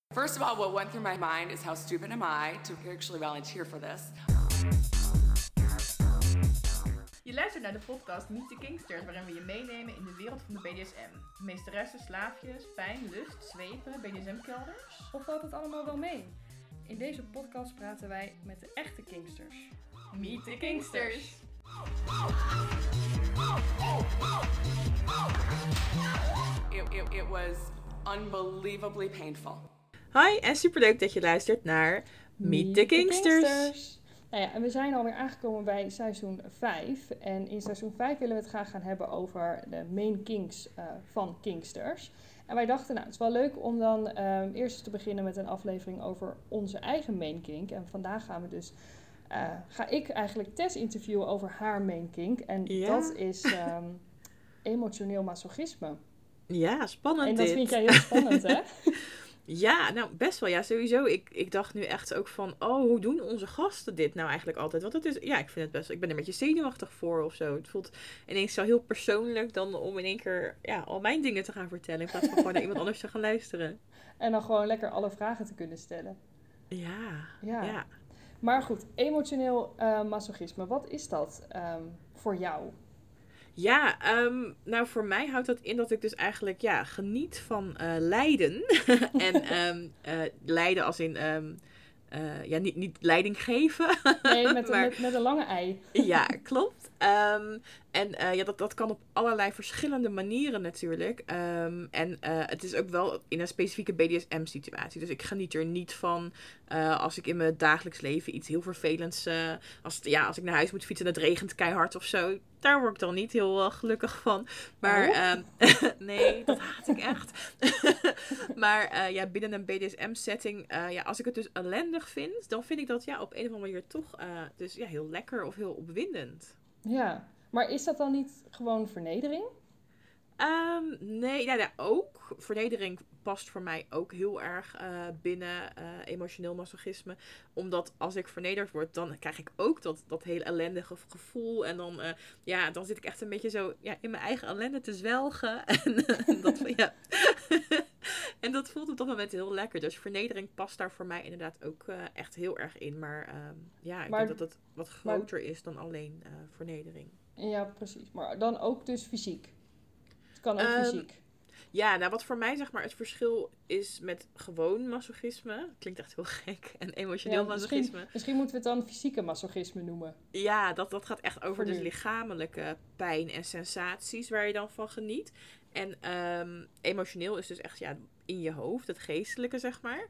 First of all, what went through my mind is how stupid am I to actually volunteer for this. Je luistert naar de podcast Meet the Kingsters, waarin we je meenemen in de wereld van de BDSM. Meesteressen, slaafjes, pijn, lust, zwepen, BDSM-kelders. Of valt het allemaal wel mee? In deze podcast praten wij met de echte Kingsters. Meet the Kingsters! It was unbelievably painful. Hi en superleuk dat je luistert naar Meet the Kingsters. Nou ja, en we zijn alweer aangekomen bij seizoen 5. En in seizoen 5 willen we het graag gaan hebben over de main kinks van Kingsters. En wij dachten, nou, het is wel leuk om dan eerst te beginnen met een aflevering over onze eigen main kink. En vandaag gaan we dus, ga ik eigenlijk Tess interviewen over haar main kink. En dat is emotioneel masochisme. Ja, spannend en dat dit. vind jij heel spannend, hè? Ja, nou best wel. Ja, sowieso. Ik dacht nu echt ook van, hoe doen onze gasten dit nou eigenlijk altijd? Want het is, ja, ik vind het best, ik ben er een beetje zenuwachtig voor of zo. Het voelt ineens zo heel persoonlijk dan om in één keer al mijn dingen te gaan vertellen. In plaats van gewoon naar iemand anders te gaan luisteren. En dan gewoon lekker alle vragen te kunnen stellen. Ja. Maar goed, emotioneel masochisme, wat is dat voor jou? Ja, nou voor mij houdt dat in dat ik dus eigenlijk geniet van lijden. En lijden als in niet leiding geven. Nee, met een lange ei. Ja, klopt. Dat kan op allerlei verschillende manieren natuurlijk. Het is ook wel in een specifieke BDSM-situatie. Dus ik geniet er niet van als ik in mijn dagelijks leven iets heel vervelends... als ik naar huis moet fietsen en het regent keihard of zo. Daar word ik dan niet heel gelukkig van. Maar nee, dat haat ik echt. Maar binnen een BDSM-setting... als ik het dus ellendig vind... dan vind ik dat op een of andere manier toch heel lekker of heel opwindend. Ja, maar is dat dan niet gewoon vernedering? Nee, ook. Vernedering past voor mij ook heel erg binnen emotioneel masochisme. Omdat als ik vernederd word, dan krijg ik ook dat hele ellendige gevoel. En dan zit ik echt een beetje zo in mijn eigen ellende te zwelgen. En dat voelt op dat moment heel lekker. Dus vernedering past daar voor mij inderdaad ook echt heel erg in. Maar ik denk dat het wat groter is dan alleen vernedering. Ja, precies. Maar dan ook dus fysiek. Het kan ook fysiek. Ja, nou wat voor mij zeg maar het verschil is met gewoon masochisme. Klinkt echt heel gek. En emotioneel masochisme. Misschien moeten we het dan fysieke masochisme noemen. Ja, dat gaat echt over dus lichamelijke pijn en sensaties waar je dan van geniet. En emotioneel is dus echt in je hoofd, het geestelijke zeg maar.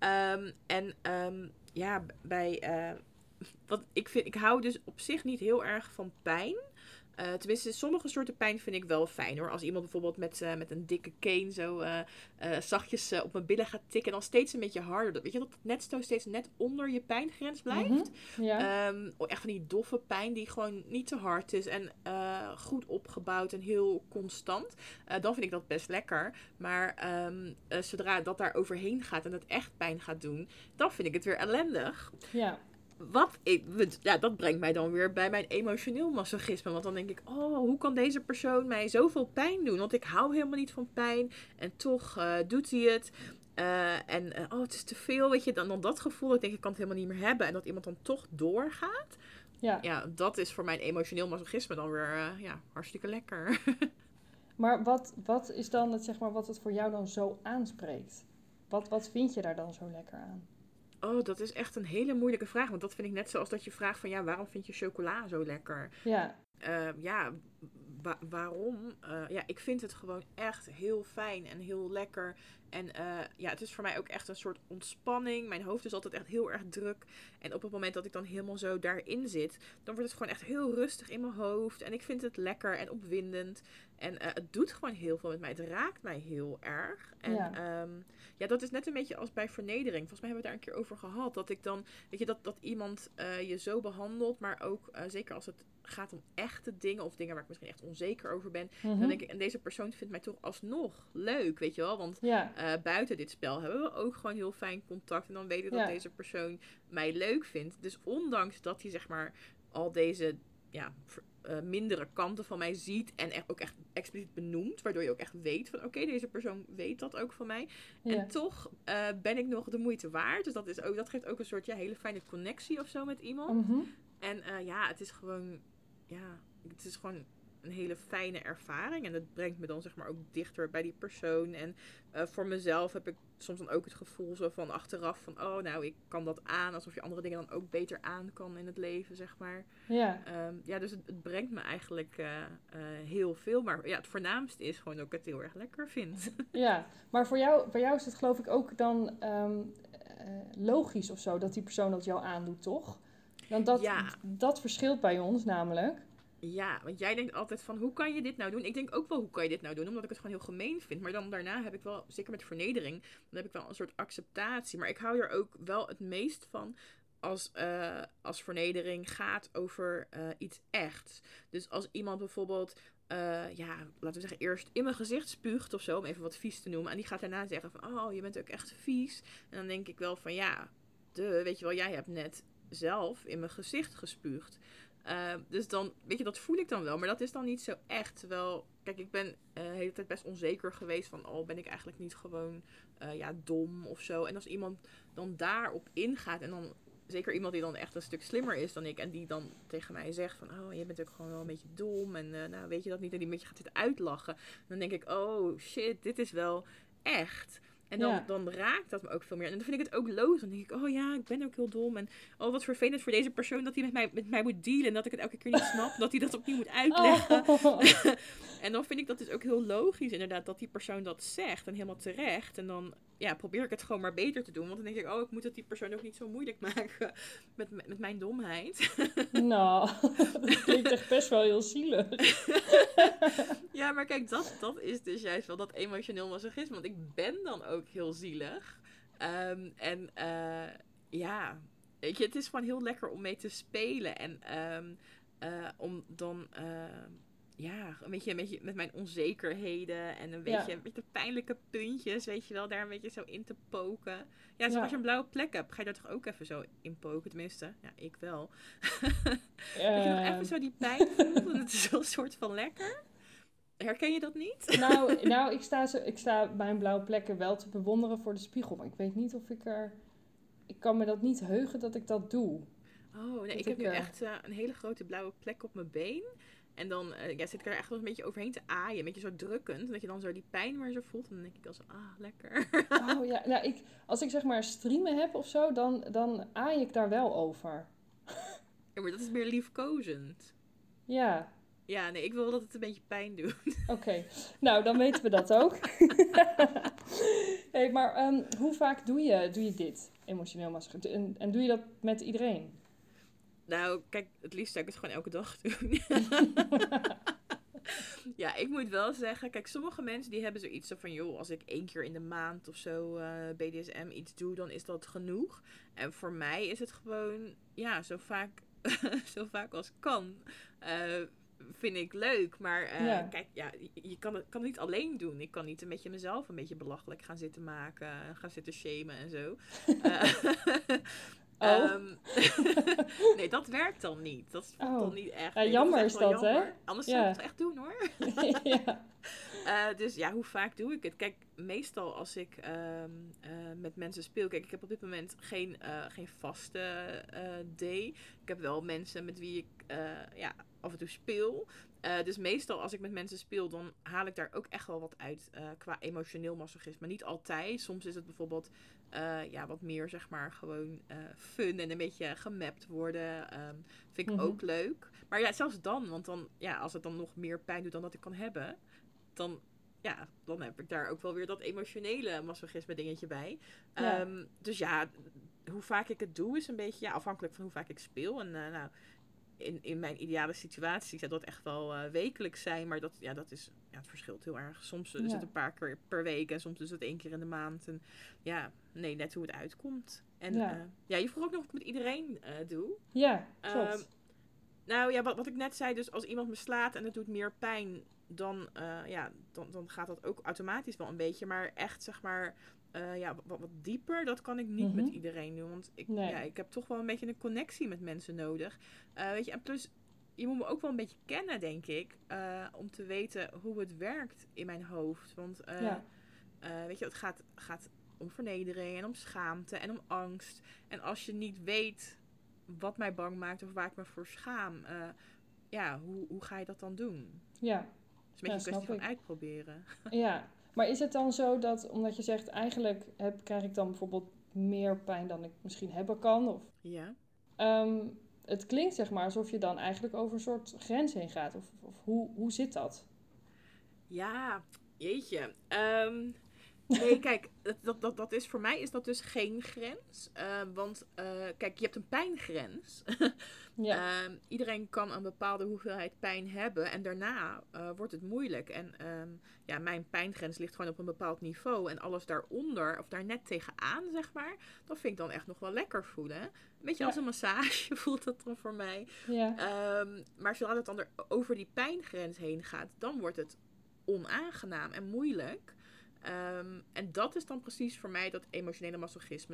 Ik hou dus op zich niet heel erg van pijn. Tenminste, sommige soorten pijn vind ik wel fijn hoor. Als iemand bijvoorbeeld met een dikke cane zo zachtjes op mijn billen gaat tikken. En dan steeds een beetje harder. Weet je, dat het netsto steeds net onder je pijngrens blijft. Mm-hmm. Ja. Echt van die doffe pijn die gewoon niet te hard is. En goed opgebouwd en heel constant. Dan vind ik dat best lekker. Maar zodra dat daar overheen gaat en het echt pijn gaat doen. Dan vind ik het weer ellendig. Ja. Dat brengt mij dan weer bij mijn emotioneel masochisme. Want dan denk ik, hoe kan deze persoon mij zoveel pijn doen? Want ik hou helemaal niet van pijn. En toch doet hij het. Het is te veel, weet je. Dan dat gevoel, ik denk, ik kan het helemaal niet meer hebben. En dat iemand dan toch doorgaat. Ja, dat is voor mijn emotioneel masochisme dan weer hartstikke lekker. Maar wat is dan het, zeg maar, wat het voor jou dan zo aanspreekt? Wat vind je daar dan zo lekker aan? Oh, dat is echt een hele moeilijke vraag. Want dat vind ik net zoals dat je vraagt van waarom vind je chocola zo lekker? Ja. Waarom? Ik vind het gewoon echt heel fijn en heel lekker. En het is voor mij ook echt een soort ontspanning. Mijn hoofd is altijd echt heel erg druk. En op het moment dat ik dan helemaal zo daarin zit, dan wordt het gewoon echt heel rustig in mijn hoofd. En ik vind het lekker en opwindend. En het doet gewoon heel veel met mij. Het raakt mij heel erg. En dat is net een beetje als bij vernedering. Volgens mij hebben we het daar een keer over gehad. Dat ik dan, weet je, dat iemand je zo behandelt. Maar ook zeker als het gaat om echte dingen of dingen waar ik misschien echt onzeker over ben. Mm-hmm. Dan denk ik, en deze persoon vindt mij toch alsnog leuk, weet je wel. Want buiten dit spel hebben we ook gewoon heel fijn contact. En dan weet ik dat deze persoon mij leuk vindt. Dus ondanks dat hij zeg maar al deze mindere kanten van mij ziet en ook echt expliciet benoemt, waardoor je ook echt weet van oké, deze persoon weet dat ook van mij. Ja. En toch ben ik nog de moeite waard. Dus dat geeft ook een soort hele fijne connectie of zo met iemand. Mhm. En het is gewoon, een hele fijne ervaring. En dat brengt me dan zeg maar ook dichter bij die persoon. En voor mezelf heb ik soms dan ook het gevoel zo van achteraf van, oh nou, ik kan dat aan. Alsof je andere dingen dan ook beter aan kan in het leven, zeg maar. Ja. Dus het brengt me eigenlijk heel veel. Maar ja, het voornaamste is gewoon dat ik het heel erg lekker vind. Ja, maar voor jou is het geloof ik ook dan logisch of zo dat die persoon dat jou aandoet, toch? Want dat verschilt bij ons namelijk. Ja, want jij denkt altijd van, hoe kan je dit nou doen? Ik denk ook wel, hoe kan je dit nou doen? Omdat ik het gewoon heel gemeen vind. Maar dan daarna heb ik wel, zeker met vernedering, dan heb ik wel een soort acceptatie. Maar ik hou er ook wel het meest van als vernedering gaat over iets echts. Dus als iemand bijvoorbeeld, laten we zeggen, eerst in mijn gezicht spuugt of zo, om even wat vies te noemen. En die gaat daarna zeggen van, oh, je bent ook echt vies. En dan denk ik wel van, weet je wel, jij hebt net zelf in mijn gezicht gespuugd. Dus dan, weet je, dat voel ik dan wel. Maar dat is dan niet zo echt. Terwijl, kijk, ik ben de hele tijd best onzeker geweest van, oh, ben ik eigenlijk niet gewoon, dom of zo. En als iemand dan daarop ingaat en dan, zeker iemand die dan echt een stuk slimmer is dan ik en die dan tegen mij zegt van, oh, je bent ook gewoon wel een beetje dom en nou, weet je dat niet? En die een beetje gaat zitten uitlachen. Dan denk ik, oh, shit, dit is wel echt. En dan raakt dat me ook veel meer. En dan vind ik het ook loos. Dan denk ik, oh ja, ik ben ook heel dom. En oh, wat vervelend voor deze persoon dat hij met mij moet dealen. En dat ik het elke keer niet snap. Dat hij dat opnieuw moet uitleggen. Oh. En dan vind ik dat dus ook heel logisch inderdaad dat die persoon dat zegt. En helemaal terecht. En dan probeer ik het gewoon maar beter te doen. Want dan denk ik, oh, ik moet het die persoon ook niet zo moeilijk maken. Met mijn domheid. Nou, dat klinkt echt best wel heel zielig. Ja, maar kijk, dat is dus juist wel dat emotioneel masochisme. Want ik ben dan ook heel zielig. Weet je, het is gewoon heel lekker om mee te spelen. En om dan, een beetje met mijn onzekerheden en een beetje pijnlijke puntjes, weet je wel, daar een beetje zo in te poken. Ja, zoals als je een blauwe plek hebt, ga je daar toch ook even zo in poken? Tenminste, ja, ik wel. Dat je nog even zo die pijn voelt en het is wel een soort van lekker. Herken je dat niet? Nou, ik sta mijn blauwe plekken wel te bewonderen voor de spiegel. Maar ik weet niet of ik kan me dat niet heugen dat ik dat doe. Oh, nee, ik heb nu echt een hele grote blauwe plek op mijn been. En dan zit ik er echt wel een beetje overheen te aaien. Een beetje zo drukkend. Dat je dan zo die pijn maar zo voelt. En dan denk ik al zo, lekker. Oh ja, nou, als ik zeg maar streamen heb of zo, dan aai ik daar wel over. Ja, maar dat is meer liefkozend. Ja. Ja, nee, ik wil dat het een beetje pijn doet. Oké, nou dan weten we dat ook. Hey, maar hoe vaak doe je dit, emotioneel masochisme? En doe je dat met iedereen? Nou, kijk, het liefst zou ik het gewoon elke dag doen. Ja, ik moet wel zeggen, kijk, sommige mensen die hebben zoiets van, joh, als ik 1 keer in de maand of zo BDSM iets doe, dan is dat genoeg. En voor mij is het gewoon, zo vaak als kan. Vind ik leuk, maar kijk, je kan het niet alleen doen. Ik kan niet een beetje mezelf een beetje belachelijk gaan zitten maken, gaan zitten shamen en zo. Nee, dat werkt dan niet. Dat voelt dan niet echt. Nee, jammer dat is dat, jammer. Hè? Anders zou ik het echt doen, hoor. Dus hoe vaak doe ik het? Kijk, meestal als ik met mensen speel. Kijk, ik heb op dit moment geen vaste day. Ik heb wel mensen met wie ik af en toe speel. Dus meestal als ik met mensen speel, dan haal ik daar ook echt wel wat uit qua emotioneel masochisme. Niet altijd. Soms is het bijvoorbeeld wat meer, zeg maar, gewoon fun en een beetje gemapt worden. Vind ik ook leuk. Maar zelfs dan, want dan, als het dan nog meer pijn doet dan dat ik kan hebben, dan heb ik daar ook wel weer dat emotionele masochisme dingetje bij. Dus hoe vaak ik het doe is een beetje afhankelijk van hoe vaak ik speel. En in mijn ideale situatie zou dat echt wel wekelijks zijn. Maar dat is, het verschilt heel erg. Soms is het een paar keer per week en soms is het 1 keer in de maand. En net hoe het uitkomt. En je vroeg ook nog of ik met iedereen doe. Ja, klopt. Wat ik net zei, dus als iemand me slaat en het doet meer pijn, dan gaat dat ook automatisch wel een beetje. Maar echt, zeg maar, wat dieper, dat kan ik niet met iedereen doen. Want ik heb toch wel een beetje een connectie met mensen nodig. Weet je, en plus, je moet me ook wel een beetje kennen, denk ik. Om te weten hoe het werkt in mijn hoofd. Want weet je, het gaat om vernedering en om schaamte en om angst. En als je niet weet wat mij bang maakt of waar ik me voor schaam, hoe ga je dat dan doen? Ja. Het is een beetje een kwestie van uitproberen. Ja, maar is het dan zo dat, omdat je zegt, eigenlijk krijg ik dan bijvoorbeeld meer pijn dan ik misschien hebben kan? Of, Ja. het klinkt zeg maar alsof je dan eigenlijk over een soort grens heen gaat. Of hoe zit dat? Ja, jeetje. Nee, kijk, dat is voor mij is dat dus geen grens. Want kijk, je hebt een pijngrens. Ja. Iedereen kan een bepaalde hoeveelheid pijn hebben. En daarna wordt het moeilijk. En mijn pijngrens ligt gewoon op een bepaald niveau. En alles daaronder, of daar net tegenaan, zeg maar. Dat vind ik dan echt nog wel lekker voelen. Een beetje als een massage voelt dat dan voor mij. Ja. Maar zodra het dan over die pijngrens heen gaat, dan wordt het onaangenaam en moeilijk. En dat is dan precies voor mij dat emotionele masochisme.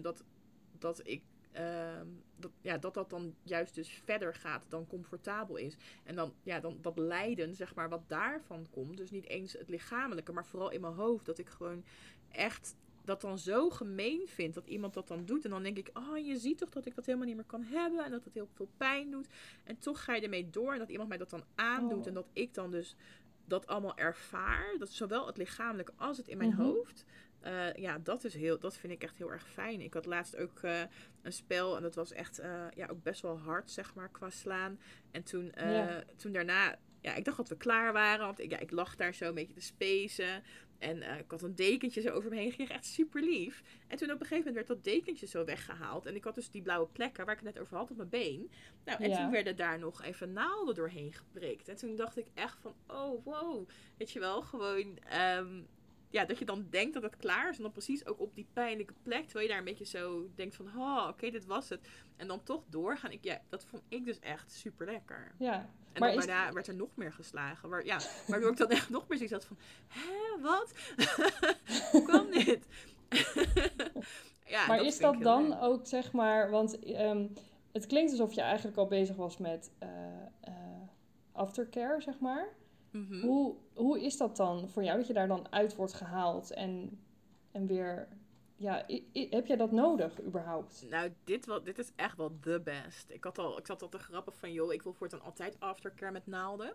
Dat dan juist dus verder gaat dan comfortabel is. En dan dat lijden, zeg maar, wat daarvan komt. Dus niet eens het lichamelijke, maar vooral in mijn hoofd. Dat ik gewoon echt dat dan zo gemeen vind dat iemand dat dan doet. En dan denk ik, je ziet toch dat ik dat helemaal niet meer kan hebben. En dat het heel veel pijn doet. En toch ga je ermee door. En dat iemand mij dat dan aandoet. Oh. En dat ik dan dus dat allemaal ervaar. Dat is zowel het lichamelijke als het in mijn hoofd. Dat vind ik echt heel erg fijn. Ik had laatst ook een spel. En dat was echt ook best wel hard, zeg maar, qua slaan. En toen daarna, ik dacht dat we klaar waren. Want ik lag daar zo een beetje te spacen. En ik had een dekentje zo over me heen. Ging echt super lief. En toen op een gegeven moment werd dat dekentje zo weggehaald. En ik had dus die blauwe plekken waar ik het net over had op mijn been. Nou, en toen werden daar nog even naalden doorheen geprikt. En toen dacht ik echt van, oh wow. Weet je wel, gewoon dat je dan denkt dat het klaar is. En dan precies ook op die pijnlijke plek. Terwijl je daar een beetje zo denkt van, oké, dit was het. En dan toch doorgaan. Dat vond ik dus echt super lekker. Ja. En dan daarna werd er nog meer geslagen. Waardoor ik dan echt nog meer zoiets had van, wat? Hoe kan dit? Maar is dat dan ook, zeg maar, want het klinkt alsof je eigenlijk al bezig was met aftercare, zeg maar. Mm-hmm. Hoe is dat dan voor jou, dat je daar dan uit wordt gehaald en weer... Ja, heb jij dat nodig überhaupt? Nou, dit is echt wel the best. Ik zat al te grappen van, ik wil voortaan altijd aftercare met naalden.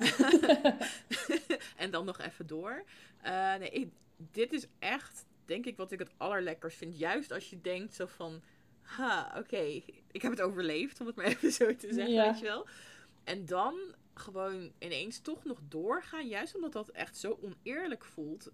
En dan nog even door. Dit is echt, denk ik, wat ik het allerlekkers vind. Juist als je denkt zo van, oké, ik heb het overleefd, om het maar even zo te zeggen, weet je wel. En dan gewoon ineens toch nog doorgaan, juist omdat dat echt zo oneerlijk voelt.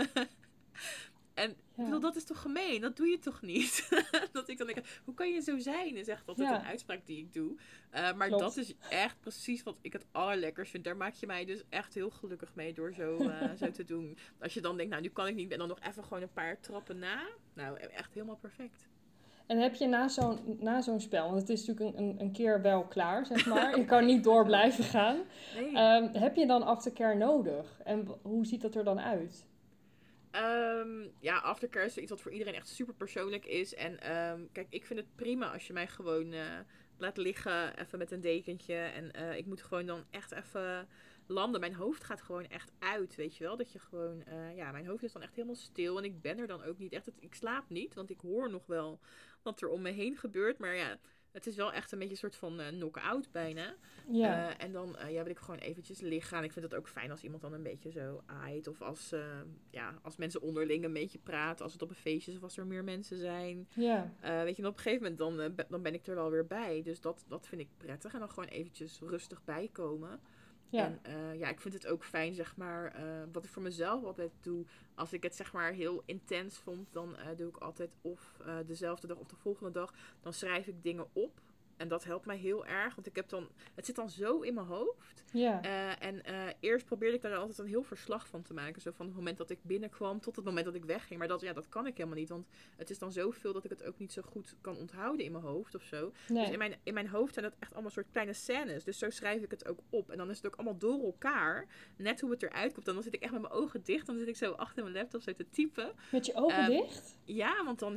En ik bedoel, dat is toch gemeen? Dat doe je toch niet? Dat ik dan denk, hoe kan je zo zijn? Is echt altijd een uitspraak die ik doe. Maar Klopt. Dat is echt precies wat ik het allerlekkers vind. Daar maak je mij dus echt heel gelukkig mee door zo te doen. Als je dan denkt, nou nu kan ik niet. En dan nog even gewoon een paar trappen na. Nou, echt helemaal perfect. En heb je na zo'n spel, want het is natuurlijk een keer wel klaar, zeg maar. Je kan niet door blijven gaan. Nee. Heb je dan aftercare nodig? En hoe ziet dat er dan uit? Aftercare is iets wat voor iedereen echt super persoonlijk is. En kijk, ik vind het prima als je mij gewoon laat liggen, even met een dekentje. En ik moet gewoon dan echt even landen. Mijn hoofd gaat gewoon echt uit, weet je wel. Dat je gewoon, mijn hoofd is dan echt helemaal stil. En ik ben er dan ook niet echt. Ik slaap niet, want ik hoor nog wel wat er om me heen gebeurt. Maar ja, het is wel echt een beetje een soort van knock-out bijna. Ja. En dan wil ik gewoon eventjes liggen. En ik vind het ook fijn als iemand dan een beetje zo aait. Of als mensen onderling een beetje praten. Als het op een feestje is of als er meer mensen zijn. Ja. Weet je, en op een gegeven moment dan ben ik er wel weer bij. Dus dat vind ik prettig. En dan gewoon eventjes rustig bijkomen. Ja. En ik vind het ook fijn, zeg maar, wat ik voor mezelf altijd doe. Als ik het, zeg maar, heel intens vond, dan doe ik altijd of dezelfde dag of de volgende dag. Dan schrijf ik dingen op. En dat helpt mij heel erg, want het zit dan zo in mijn hoofd. Ja. Eerst probeerde ik daar altijd een heel verslag van te maken. Zo van het moment dat ik binnenkwam tot het moment dat ik wegging. Maar dat kan ik helemaal niet, want het is dan zoveel dat ik het ook niet zo goed kan onthouden in mijn hoofd of zo. Nee. Dus in mijn hoofd zijn dat echt allemaal soort kleine scènes. Dus zo schrijf ik het ook op. En dan is het ook allemaal door elkaar. Net hoe het eruit komt. Dan zit ik echt met mijn ogen dicht. Dan zit ik zo achter mijn laptop zo te typen. Met je ogen dicht? Ja, want dan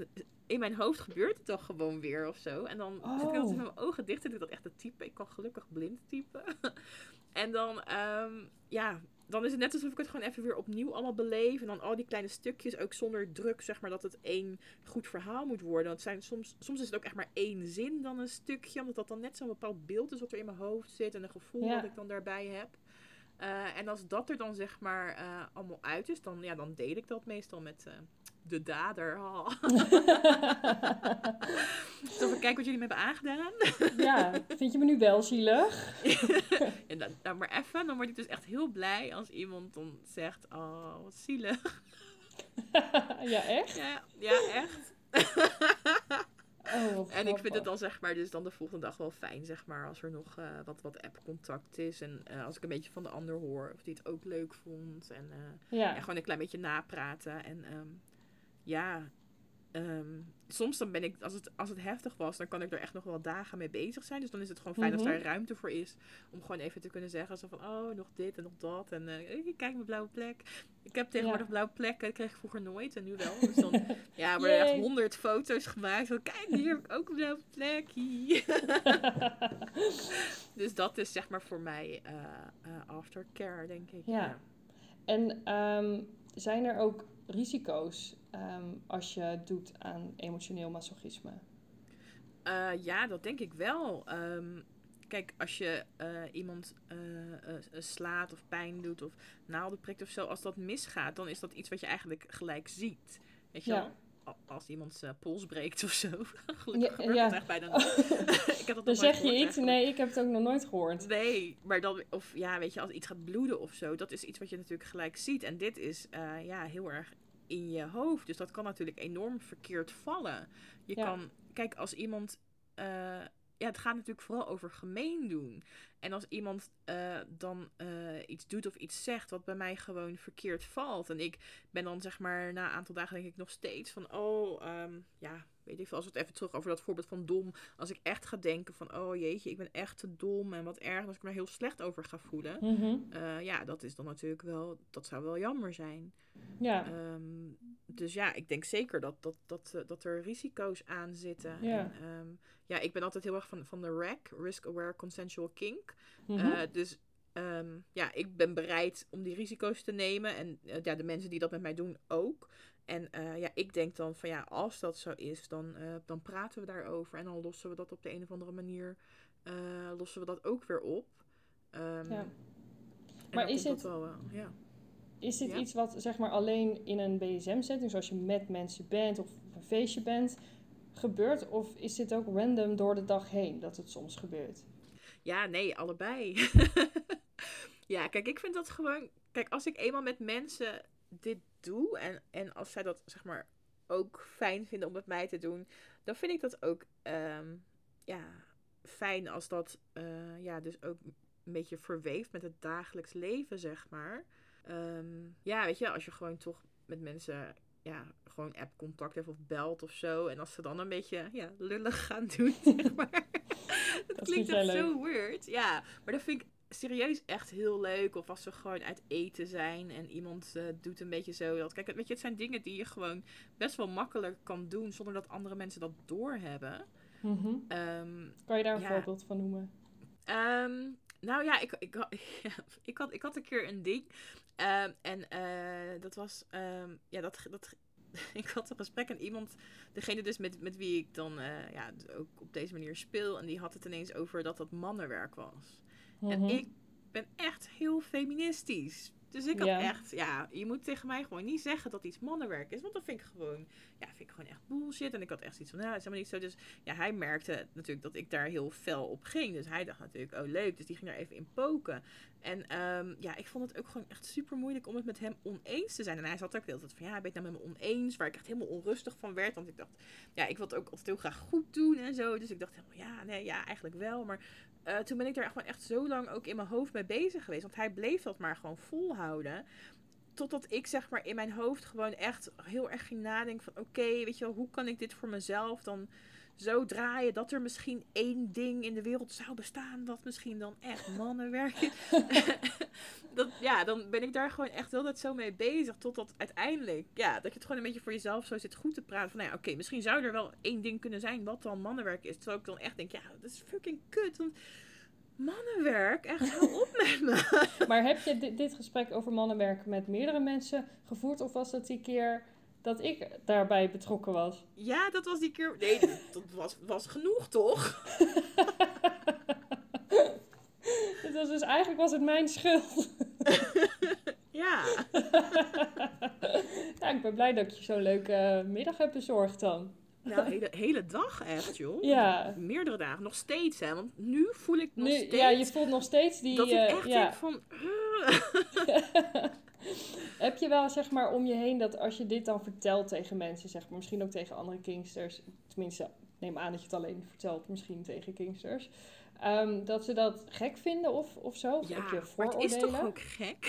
in mijn hoofd gebeurt het dan gewoon weer of zo. En dan zit ik altijd met mijn ogen dicht en doe ik dat echt te typen. Ik kan gelukkig blind typen. En dan, dan is het net alsof ik het gewoon even weer opnieuw allemaal beleef. En dan al die kleine stukjes, ook zonder druk, zeg maar, dat het één goed verhaal moet worden. Want het zijn soms is het ook echt maar één zin dan een stukje. Omdat dat dan net zo'n bepaald beeld is wat er in mijn hoofd zit. En een gevoel dat ik dan daarbij heb. En als dat er dan zeg maar allemaal uit is, dan deel ik dat meestal met de dader. Oh. Dus even kijken wat jullie me hebben aangedaan. Ja, vind je me nu wel zielig? En dan maar even, dan word ik dus echt heel blij als iemand dan zegt, oh, wat zielig. Ja, echt? Ja, echt. Oh, en ik vind het dan zeg maar dus dan de volgende dag wel fijn, zeg maar, als er nog wat app-contact is. En als ik een beetje van de ander hoor of die het ook leuk vond. En gewoon een klein beetje napraten. En soms dan ben ik, als het heftig was, dan kan ik er echt nog wel dagen mee bezig zijn. Dus dan is het gewoon fijn als daar ruimte voor is. Om gewoon even te kunnen zeggen zo van, oh, nog dit en nog dat. En kijk mijn blauwe plek. Ik heb tegenwoordig blauwe plekken. Dat kreeg ik vroeger nooit en nu wel. Dus dan worden er echt 100 foto's gemaakt. Van, kijk, hier heb ik ook een blauwe plek. Dus dat is zeg maar voor mij aftercare, denk ik. Ja. En zijn er ook risico's als je doet aan emotioneel masochisme? Ja, dat denk ik wel. Kijk, als je iemand slaat of pijn doet of naalden prikt of zo, als dat misgaat, dan is dat iets wat je eigenlijk gelijk ziet. Weet je wel? Als iemand pols breekt of zo. Gelukkig gebeurt dat echt bijna niet. Ik heb dat dan zeg je iets? Nee, ik heb het ook nog nooit gehoord. Nee, maar dan, of weet je, als iets gaat bloeden of zo, dat is iets wat je natuurlijk gelijk ziet. En dit is heel erg in je hoofd. Dus dat kan natuurlijk enorm verkeerd vallen. Je kan, kijk, als iemand, het gaat natuurlijk vooral over gemeen doen. En als iemand dan iets doet of iets zegt wat bij mij gewoon verkeerd valt. En ik ben dan zeg maar na een aantal dagen denk ik nog steeds van, weet ik veel, als we het even terug over dat voorbeeld van dom. Als ik echt ga denken van, oh jeetje, ik ben echt te dom en wat erg. Als ik me er heel slecht over ga voelen. Dat is dan natuurlijk wel, dat zou wel jammer zijn. Ja. Dus ik denk zeker dat er risico's aan zitten. Ja. En, ik ben altijd heel erg van de RAC, Risk Aware Consensual Kink. Dus ik ben bereid om die risico's te nemen. En de mensen die dat met mij doen ook. En ik denk dan van als dat zo is, dan praten we daarover. En dan lossen we dat op de een of andere manier, lossen we dat ook weer op. Maar is het... Is dit iets wat zeg maar alleen in een BDSM-setting, zoals je met mensen bent of op een feestje bent, gebeurt? Of is dit ook random door de dag heen dat het soms gebeurt? Ja, nee, allebei. Kijk, ik vind dat gewoon... Kijk, als ik eenmaal met mensen dit doe en als zij dat zeg maar ook fijn vinden om met mij te doen, dan vind ik dat ook fijn als dat dus ook een beetje verweeft met het dagelijks leven, zeg maar. Weet je, als je gewoon toch met mensen gewoon app-contact hebt of belt of zo. En als ze dan een beetje lullig gaan doen, zeg maar. Dat klinkt echt zo weird. Ja, maar dat vind ik serieus echt heel leuk. Of als we gewoon uit eten zijn en iemand doet een beetje zo. Kijk, weet je, het zijn dingen die je gewoon best wel makkelijk kan doen zonder dat andere mensen dat doorhebben. Kan je daar een voorbeeld van noemen? Ik had een keer een ding. Dat was... ik had een gesprek en iemand... Degene dus met wie ik dan ook op deze manier speel. En die had het ineens over dat mannenwerk was. En ik ben echt heel feministisch. Dus ik had echt... je moet tegen mij gewoon niet zeggen dat iets mannenwerk is. Want dat vind ik gewoon echt bullshit. En ik had echt zoiets van, het is helemaal niet zo. Dus hij merkte natuurlijk dat ik daar heel fel op ging. Dus hij dacht natuurlijk, oh leuk. Dus die ging daar even in poken. En ik vond het ook gewoon echt super moeilijk om het met hem oneens te zijn. En hij zat ook de hele tijd van, ben je het nou met me oneens? Waar ik echt helemaal onrustig van werd. Want ik dacht, ik wil het ook altijd heel graag goed doen en zo. Dus ik dacht helemaal, eigenlijk wel. Maar toen ben ik daar gewoon echt zo lang ook in mijn hoofd mee bezig geweest. Want hij bleef dat maar gewoon volhouden. totdat ik zeg maar in mijn hoofd gewoon echt heel erg ging nadenken van oké, weet je wel, hoe kan ik dit voor mezelf dan zo draaien dat er misschien 1 ding in de wereld zou bestaan wat misschien dan echt mannenwerk is. Dan ben ik daar gewoon echt altijd zo mee bezig. Totdat uiteindelijk, dat je het gewoon een beetje voor jezelf zo zit goed te praten. Van oké, misschien zou er wel 1 ding kunnen zijn wat dan mannenwerk is. Terwijl ik dan echt denk, dat is fucking kut. Want mannenwerk, echt, hou op met me. Maar heb je dit gesprek over mannenwerk met meerdere mensen gevoerd? Of was dat die keer dat ik daarbij betrokken was? Ja, dat was die keer. Nee, dat was genoeg, toch? Dus eigenlijk was het mijn schuld. Ja. Ik ben blij dat ik je zo'n leuke middag heb bezorgd dan. Nou, hele dag echt, joh. Ja. Meerdere dagen. Nog steeds, hè. Want nu voel ik nog steeds... Ja, je voelt nog steeds die... dat ik echt denk van... Heb je wel, zeg maar, om je heen dat als je dit dan vertelt tegen mensen, zeg maar, misschien ook tegen andere Kingsters, tenminste, neem aan dat je het alleen vertelt, misschien tegen Kingsters, dat ze dat gek vinden of zo? Of heb je vooroordelen? Maar het is toch ook gek?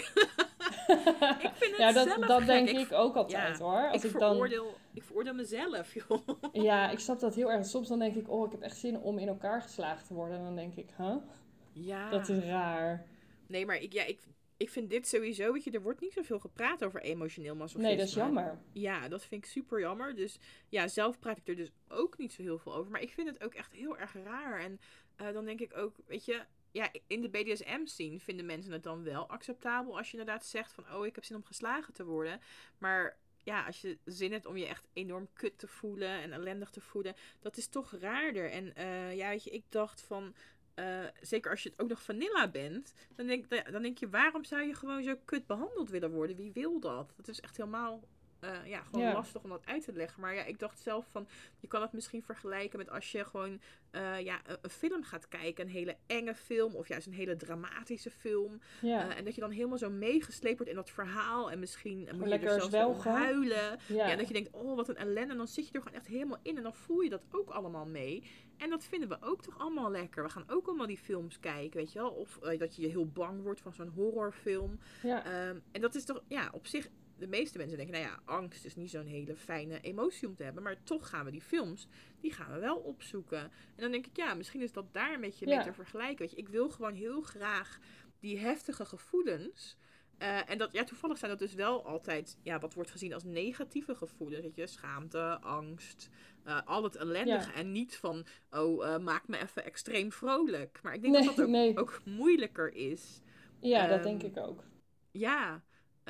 Ik vind het zelf dat gek. denk ik ook altijd, hoor. Ik veroordeel mezelf, joh. Ja, ik snap dat heel erg. Soms dan denk ik, ik heb echt zin om in elkaar geslagen te worden. En dan denk ik, Ja. Dat is raar. Nee, maar ik vind dit sowieso, weet je, er wordt niet zoveel gepraat over emotioneel masochisme. Nee, dat is jammer. Ja, dat vind ik super jammer. Dus zelf praat ik er dus ook niet zo heel veel over. Maar ik vind het ook echt heel erg raar. En dan denk ik ook, weet je, in de BDSM-scene vinden mensen het dan wel acceptabel als je inderdaad zegt van, ik heb zin om geslagen te worden. Maar als je zin hebt om je echt enorm kut te voelen en ellendig te voelen, dat is toch raarder. En weet je, ik dacht van... zeker als je het ook nog vanilla bent, dan denk je, waarom zou je gewoon zo kut behandeld willen worden? Wie wil dat? Dat is echt helemaal lastig om dat uit te leggen. Maar ik dacht zelf van, je kan het misschien vergelijken met als je gewoon een film gaat kijken, een hele enge film of juist een hele dramatische film. Ja. En dat je dan helemaal zo meegesleept wordt in dat verhaal en misschien moet je lekker er zelfs om huilen. Ja. En dat je denkt, wat een ellende. En dan zit je er gewoon echt helemaal in en dan voel je dat ook allemaal mee. En dat vinden we ook toch allemaal lekker. We gaan ook allemaal die films kijken, weet je wel. Of dat je heel bang wordt van zo'n horrorfilm. Ja. En dat is toch, op zich... De meeste mensen denken, angst is niet zo'n hele fijne emotie om te hebben. Maar toch gaan we die films, die gaan we wel opzoeken. En dan denk ik, misschien is dat daar een beetje mee te vergelijken. Weet je, ik wil gewoon heel graag die heftige gevoelens. En dat, toevallig zijn dat dus wel altijd, wat wordt gezien als negatieve gevoelens. Weet je, schaamte, angst, al het ellendige. Ja. En niet van, maak me even extreem vrolijk. Maar ik denk dat ook moeilijker is. Ja, dat denk ik ook. Ja.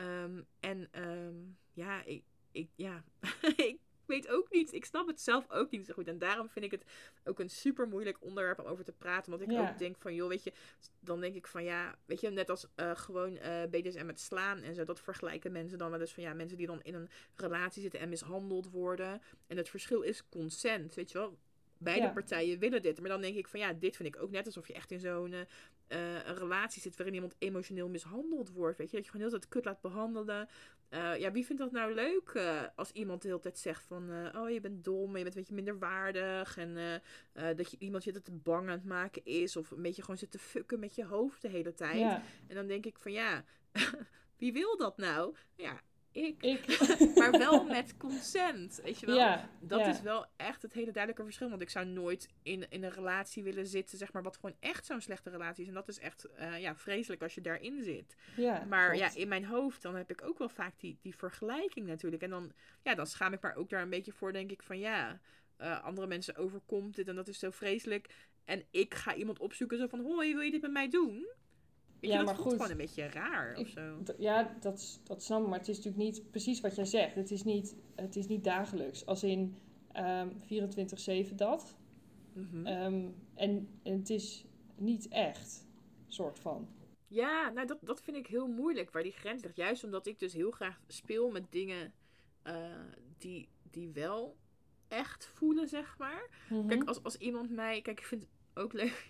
Ik weet ook niet. Ik snap het zelf ook niet zo goed. En daarom vind ik het ook een super moeilijk onderwerp om over te praten. Want ik ook denk van, joh, weet je, dan denk ik van, weet je, net als gewoon BDSM met slaan en zo, dat vergelijken mensen dan wel eens van, mensen die dan in een relatie zitten en mishandeld worden. En het verschil is consent, weet je wel. Beide partijen willen dit. Maar dan denk ik van, dit vind ik ook net alsof je echt in zo'n een relatie zit waarin iemand emotioneel mishandeld wordt. Weet je, dat je gewoon heel tijd kut laat behandelen. Wie vindt dat nou leuk als iemand de hele tijd zegt van, je bent dom, je bent een beetje minderwaardig. En dat je iemand je te bang aan het maken is. Of een beetje gewoon zit te fucken met je hoofd de hele tijd. Ja. En dan denk ik van, wie wil dat nou? Ja, ik. Maar wel met consent, weet je wel. Ja, dat is wel echt het hele duidelijke verschil. Want ik zou nooit in een relatie willen zitten, zeg maar, wat gewoon echt zo'n slechte relatie is. En dat is echt vreselijk als je daarin zit. Ja, maar in mijn hoofd, dan heb ik ook wel vaak die vergelijking natuurlijk. En dan schaam ik me ook daar een beetje voor, denk ik van andere mensen overkomt dit en dat is zo vreselijk. En ik ga iemand opzoeken zo van, hoi, wil je dit met mij doen? Dat voelt gewoon een beetje raar of zo. Dat snap ik, maar het is natuurlijk niet precies wat jij zegt. Het is niet dagelijks. Als in 24/7 dat. Mm-hmm. En het is niet echt, soort van. Ja, nou dat vind ik heel moeilijk, waar die grens ligt. Juist omdat ik dus heel graag speel met dingen die wel echt voelen, zeg maar. Mm-hmm. Kijk, als iemand mij... Kijk, ik vind het ook leuk...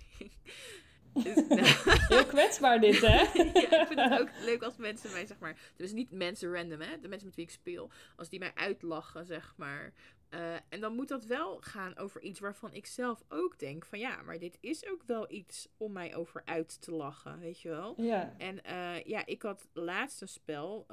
Heel kwetsbaar dit, hè? Ja, ik vind het ook leuk als mensen mij, zeg maar... Dus niet mensen random, hè? De mensen met wie ik speel. Als die mij uitlachen, zeg maar. En dan moet dat wel gaan over iets waarvan ik zelf ook denk van ja, maar dit is ook wel iets om mij over uit te lachen, weet je wel. Ja. En ik had laatst een spel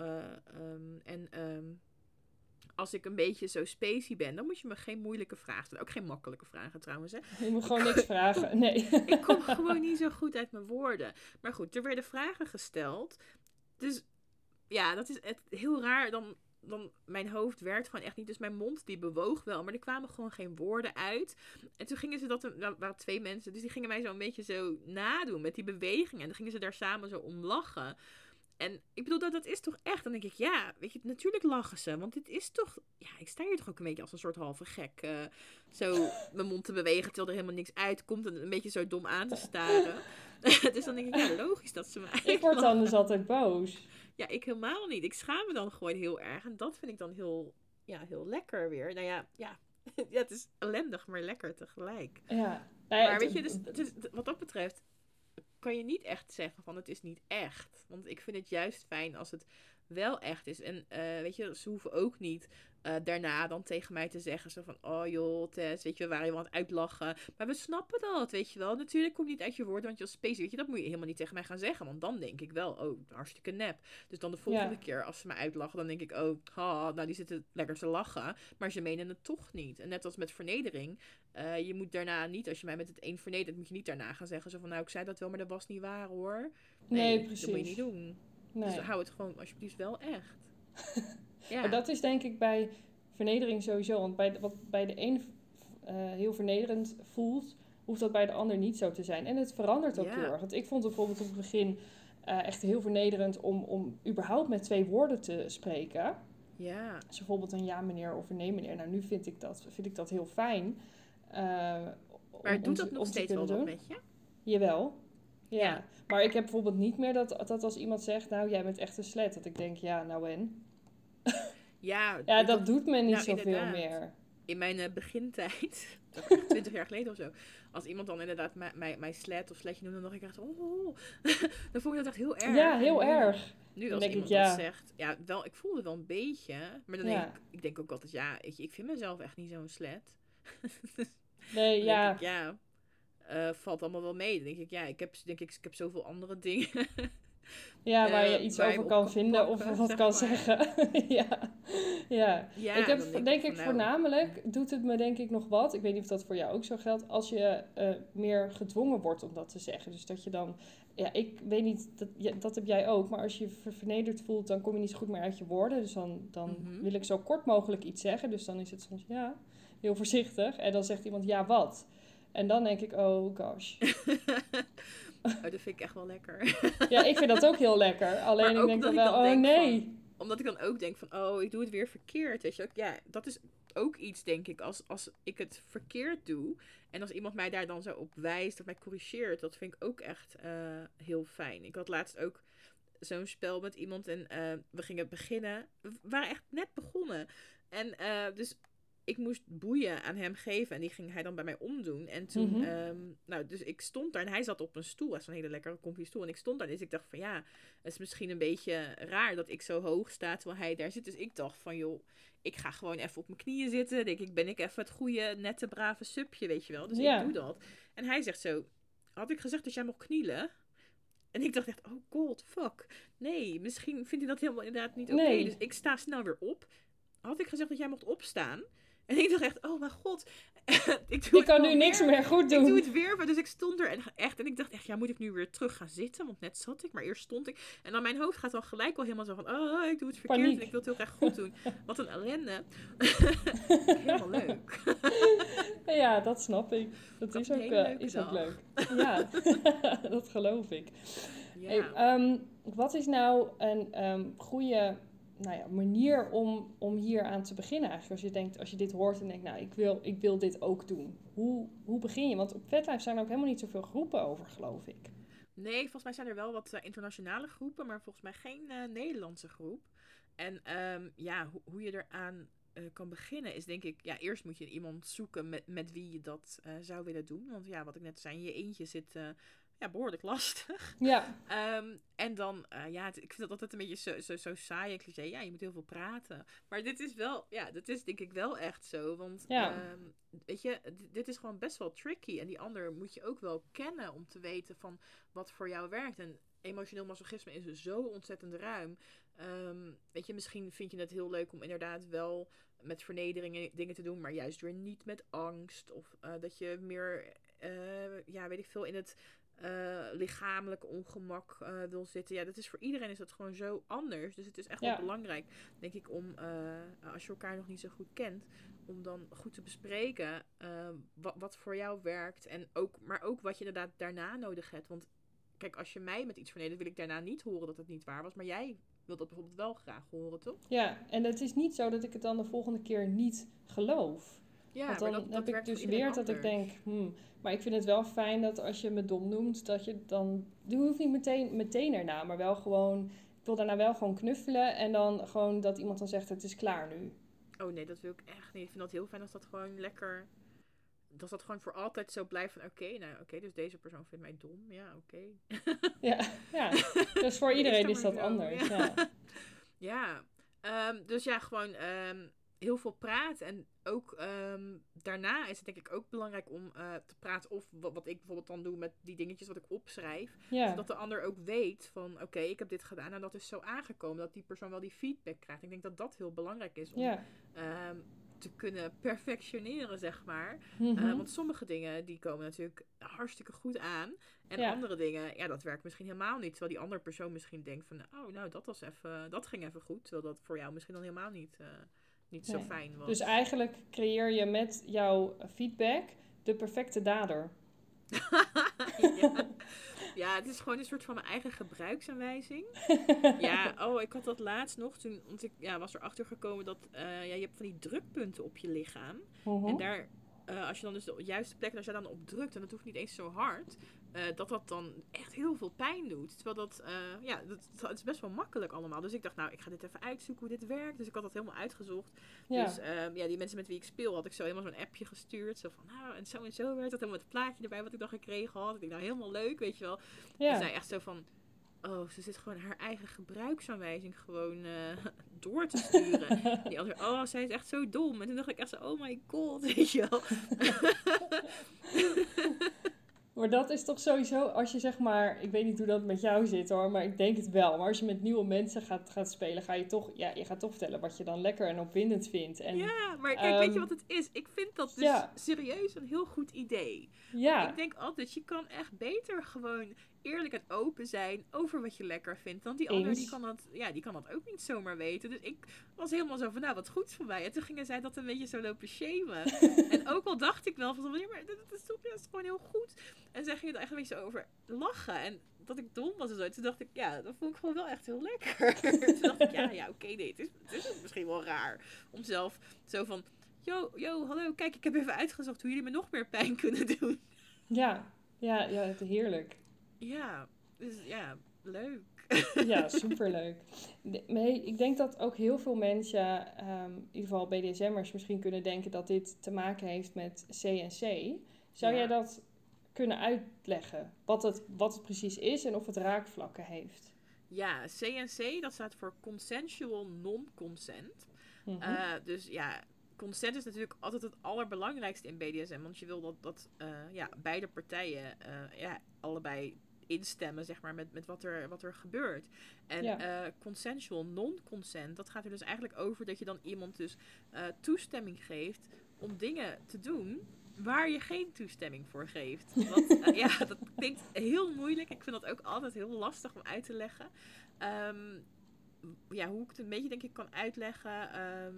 als ik een beetje zo spacey ben, dan moet je me geen moeilijke vragen stellen. Ook geen makkelijke vragen trouwens, hè. Je moet gewoon niks vragen. Nee. Ik kom gewoon niet zo goed uit mijn woorden. Maar goed, er werden vragen gesteld. Dus ja, dat is heel raar. Dan mijn hoofd werkt gewoon echt niet. Dus mijn mond die bewoog wel. Maar er kwamen gewoon geen woorden uit. En toen gingen ze er waren 2 mensen. Dus die gingen mij zo een beetje zo nadoen met die bewegingen. En dan gingen ze daar samen zo om lachen. En ik bedoel, dat is toch echt? Dan denk ik, ja, weet je, natuurlijk lachen ze. Want dit is toch... Ja, ik sta hier toch ook een beetje als een soort halve gek. Zo mijn mond te bewegen terwijl er helemaal niks uitkomt. En een beetje zo dom aan te staren. Dus dan denk ik, ja, logisch dat ze mij... Ik word dan dus altijd boos. Ja, ik helemaal niet. Ik schaam me dan gewoon heel erg. En dat vind ik dan heel lekker weer. Nou ja, ja, het is ellendig, maar lekker tegelijk. Ja. Maar weet je, dus wat dat betreft kan je niet echt zeggen van het is niet echt. Want ik vind het juist fijn als het wel echt is. En weet je, ze hoeven ook niet daarna dan tegen mij te zeggen zo van... Oh joh, Tess, weet je, we waren je wel aan het uitlachen. Maar we snappen dat, weet je wel. Natuurlijk kom je niet uit je woorden, want je als space, weet je, dat moet je helemaal niet tegen mij gaan zeggen. Want dan denk ik wel, oh, hartstikke nep. Dus dan de volgende keer als ze me uitlachen, dan denk ik, oh, nou die zitten lekker te lachen. Maar ze menen het toch niet. En net als met vernedering, je moet daarna niet, als je mij met het een vernedert, moet je niet daarna gaan zeggen zo van, nou, ik zei dat wel, maar dat was niet waar hoor. Nee, precies. Dat moet je niet doen. Nee. Dus hou het gewoon alsjeblieft wel echt. Ja. Maar dat is denk ik bij vernedering sowieso. Want wat bij de een heel vernederend voelt, hoeft dat bij de ander niet zo te zijn. En het verandert ook heel erg. Want ik vond het bijvoorbeeld op het begin echt heel vernederend om überhaupt met 2 woorden te spreken. Ja. Dus bijvoorbeeld een ja meneer of een nee meneer. Nou, nu vind ik dat heel fijn. Maar doet dat nog steeds wel wat met je? Jawel. Ja, maar ik heb bijvoorbeeld niet meer dat als iemand zegt, nou, jij bent echt een slet. Dat ik denk, ja, nou en? Ja, dat doet me niet zoveel inderdaad. meer. In mijn begintijd, 20 jaar geleden of zo, als iemand dan inderdaad mij slet of sletje noemde, dan dacht ik echt, dan vond ik dat echt heel erg. Ja, heel erg. Nu als denk iemand ik, dat zegt, wel, ik voelde wel een beetje, maar dan denk ik denk ook altijd, ik vind mezelf echt niet zo'n slet. Nee, denk ik, valt allemaal wel mee. Dan denk ik, ik heb zoveel andere dingen. Ja, waar je iets over kan vinden of wat kan zeggen. ja. Ik heb denk ik voornamelijk, doet het me denk ik nog wat. Ik weet niet of dat voor jou ook zo geldt. Als je meer gedwongen wordt om dat te zeggen. Dus dat je dan, ik weet niet, dat heb jij ook. Maar als je je vernederd voelt, dan kom je niet zo goed meer uit je woorden. Dus dan wil ik zo kort mogelijk iets zeggen. Dus dan is het soms heel voorzichtig. En dan zegt iemand, ja, wat? En dan denk ik, oh gosh. Oh, dat vind ik echt wel lekker. Ja, ik vind dat ook heel lekker. Alleen ik denk dan wel, nee. Omdat ik dan ook denk van, ik doe het weer verkeerd. Weet je? Ja, dat is ook iets, denk ik, als ik het verkeerd doe. En als iemand mij daar dan zo op wijst of mij corrigeert. Dat vind ik ook echt heel fijn. Ik had laatst ook zo'n spel met iemand en we gingen beginnen. We waren echt net begonnen. En dus... Ik moest boeien aan hem geven en die ging hij dan bij mij omdoen. En toen, dus ik stond daar en hij zat op een stoel. Dat is een hele lekkere comfy stoel. En ik stond daar dus ik dacht van het is misschien een beetje raar dat ik zo hoog sta terwijl hij daar zit. Dus ik dacht van joh, ik ga gewoon even op mijn knieën zitten. Denk ik, ben ik even het goede, nette, brave subje, weet je wel. Dus ik doe dat. En hij zegt zo, had ik gezegd dat jij mocht knielen? En ik dacht echt, oh god, fuck. Nee, misschien vindt hij dat helemaal inderdaad niet oké. Dus ik sta snel weer op. Had ik gezegd dat jij mocht opstaan? En ik dacht echt, oh mijn god. Ik kan nu niks meer goed doen. Ik doe het weer, dus ik stond er en ik dacht echt, moet ik nu weer terug gaan zitten? Want net zat ik, maar eerst stond ik. En dan mijn hoofd gaat dan gelijk al helemaal zo van, ik doe het verkeerd en ik wil het heel graag goed doen. Wat een ellende. Helemaal leuk. Ja, dat snap ik. Dat is ook leuk. Ja, dat geloof ik. Ja. Hey, wat is nou een goede... manier om hier aan te beginnen eigenlijk. Als je dit hoort en denkt, ik wil dit ook doen. Hoe begin je? Want op FetLife zijn er ook helemaal niet zoveel groepen over, geloof ik. Nee, volgens mij zijn er wel wat internationale groepen, maar volgens mij geen Nederlandse groep. En hoe je eraan kan beginnen is denk ik, eerst moet je iemand zoeken met wie je dat zou willen doen. Want wat ik net zei, in je eentje zit behoorlijk lastig. Ja, En dan, ik vind dat altijd een beetje zo saai en cliché. Ja, je moet heel veel praten. Maar dit is denk ik wel echt zo. Want, Ja. weet je, dit is gewoon best wel tricky. En die ander moet je ook wel kennen om te weten van wat voor jou werkt. En emotioneel masochisme is zo ontzettend ruim. Weet je, misschien vind je het heel leuk om inderdaad wel met vernederingen dingen te doen, maar juist weer niet met angst. Of dat je meer, weet ik veel, in het lichamelijk ongemak wil zitten. Ja, dat is voor iedereen is dat gewoon zo anders. Dus het is echt wel belangrijk, denk ik, om als je elkaar nog niet zo goed kent, om dan goed te bespreken wat voor jou werkt. Maar ook wat je inderdaad daarna nodig hebt. Want kijk, als je mij met iets vernedert, wil ik daarna niet horen dat het niet waar was. Maar jij wil dat bijvoorbeeld wel graag horen, toch? Ja, en het is niet zo dat ik het dan de volgende keer niet geloof. Ja, Want maar dan dat heb ik werkt dus voor iedereen weer dat ik anders. denk, maar ik vind het wel fijn dat als je me dom noemt, dat je dan, je hoeft niet meteen erna, maar wel gewoon, ik wil daarna wel gewoon knuffelen en dan gewoon dat iemand dan zegt, het is klaar nu. Oh nee, dat wil ik echt niet. Ik vind dat heel fijn als dat gewoon lekker, dat dat gewoon voor altijd zo blijft van oké, dus deze persoon vindt mij dom. Ja, oké. Ja, dus voor iedereen is maar dat zo. anders, Ja. ja. Ja, dus ja, gewoon heel veel praten. En ook daarna is het denk ik ook belangrijk om te praten. Of wat ik bijvoorbeeld dan doe met die dingetjes wat ik opschrijf. Ja, Zodat de ander ook weet van oké, ik heb dit gedaan en dat is zo aangekomen. Dat die persoon wel die feedback krijgt. Ik denk dat dat heel belangrijk is om ja. te kunnen perfectioneren, zeg maar. Mhm. Want sommige dingen die komen natuurlijk hartstikke goed aan. En Ja. andere dingen, ja, dat werkt misschien helemaal niet. Terwijl die andere persoon misschien denkt van, oh, nou, dat ging even goed. Terwijl dat voor jou misschien dan helemaal niet zo Nee. fijn was. Dus eigenlijk creëer je met jouw feedback de perfecte dader. Ja, het is gewoon een soort van mijn eigen gebruiksaanwijzing. Ja, ik had dat laatst nog. Toen, want ik was erachter gekomen dat je hebt van die drukpunten op je lichaam. Mhm. En daar, als je dan dus de juiste plek, als je dan op drukt, en dat hoeft niet eens zo hard, dat dan echt heel veel pijn doet. Terwijl dat is best wel makkelijk allemaal. Dus ik dacht, nou, ik ga dit even uitzoeken hoe dit werkt. Dus ik had dat helemaal uitgezocht. Ja. Dus die mensen met wie ik speel, had ik zo helemaal zo'n appje gestuurd. Zo van, nou, en zo werkt dat. Helemaal met het plaatje erbij wat ik dan gekregen had. Ik dacht, nou, helemaal leuk, weet je wel. Ja. En zij echt zo van, oh, ze zit gewoon haar eigen gebruiksaanwijzing gewoon door te sturen. Die andere, oh, zij is echt zo dom. En toen dacht ik echt zo, oh my god, weet je wel. Maar dat is toch sowieso, als je zeg maar, ik weet niet hoe dat met jou zit hoor, maar ik denk het wel. Maar als je met nieuwe mensen gaat spelen, ga je toch, je gaat toch vertellen wat je dan lekker en opwindend vindt. En, Ja, maar kijk, weet je wat het is? Ik vind dat dus serieus een heel goed idee. Ja. Ik denk altijd, je kan echt beter gewoon eerlijk en open zijn over wat je lekker vindt. Want die ander, die kan dat ook niet zomaar weten. Dus ik was helemaal zo van, nou, wat goed voor mij. En toen gingen zij dat een beetje zo lopen shamen. En ook al dacht ik wel van, ja, maar dat is gewoon heel goed. En zij gingen er echt een beetje zo over lachen. En dat ik dom was en zo. Toen dacht ik, ja, dat vond ik gewoon wel echt heel lekker. Toen dacht ik, oké, nee, het is misschien wel raar om zelf zo van, yo, hallo, kijk, ik heb even uitgezocht hoe jullie me nog meer pijn kunnen doen. Ja, het heerlijk. Ja, dus ja, leuk. Ja, superleuk. Nee, ik denk dat ook heel veel mensen, in ieder geval BDSM'ers, misschien kunnen denken dat dit te maken heeft met CNC. Zou jij dat kunnen uitleggen? Wat het precies is en of het raakvlakken heeft? Ja, CNC, dat staat voor Consensual Non-Consent. Mhm. Dus ja, consent is natuurlijk altijd het allerbelangrijkste in BDSM. Want je wil dat beide partijen allebei instemmen, zeg maar, met wat er gebeurt. En consensual non-consent, dat gaat er dus eigenlijk over dat je dan iemand dus toestemming geeft om dingen te doen waar je geen toestemming voor geeft. Want dat klinkt heel moeilijk. Ik vind dat ook altijd heel lastig om uit te leggen. Hoe ik het een beetje denk ik kan uitleggen.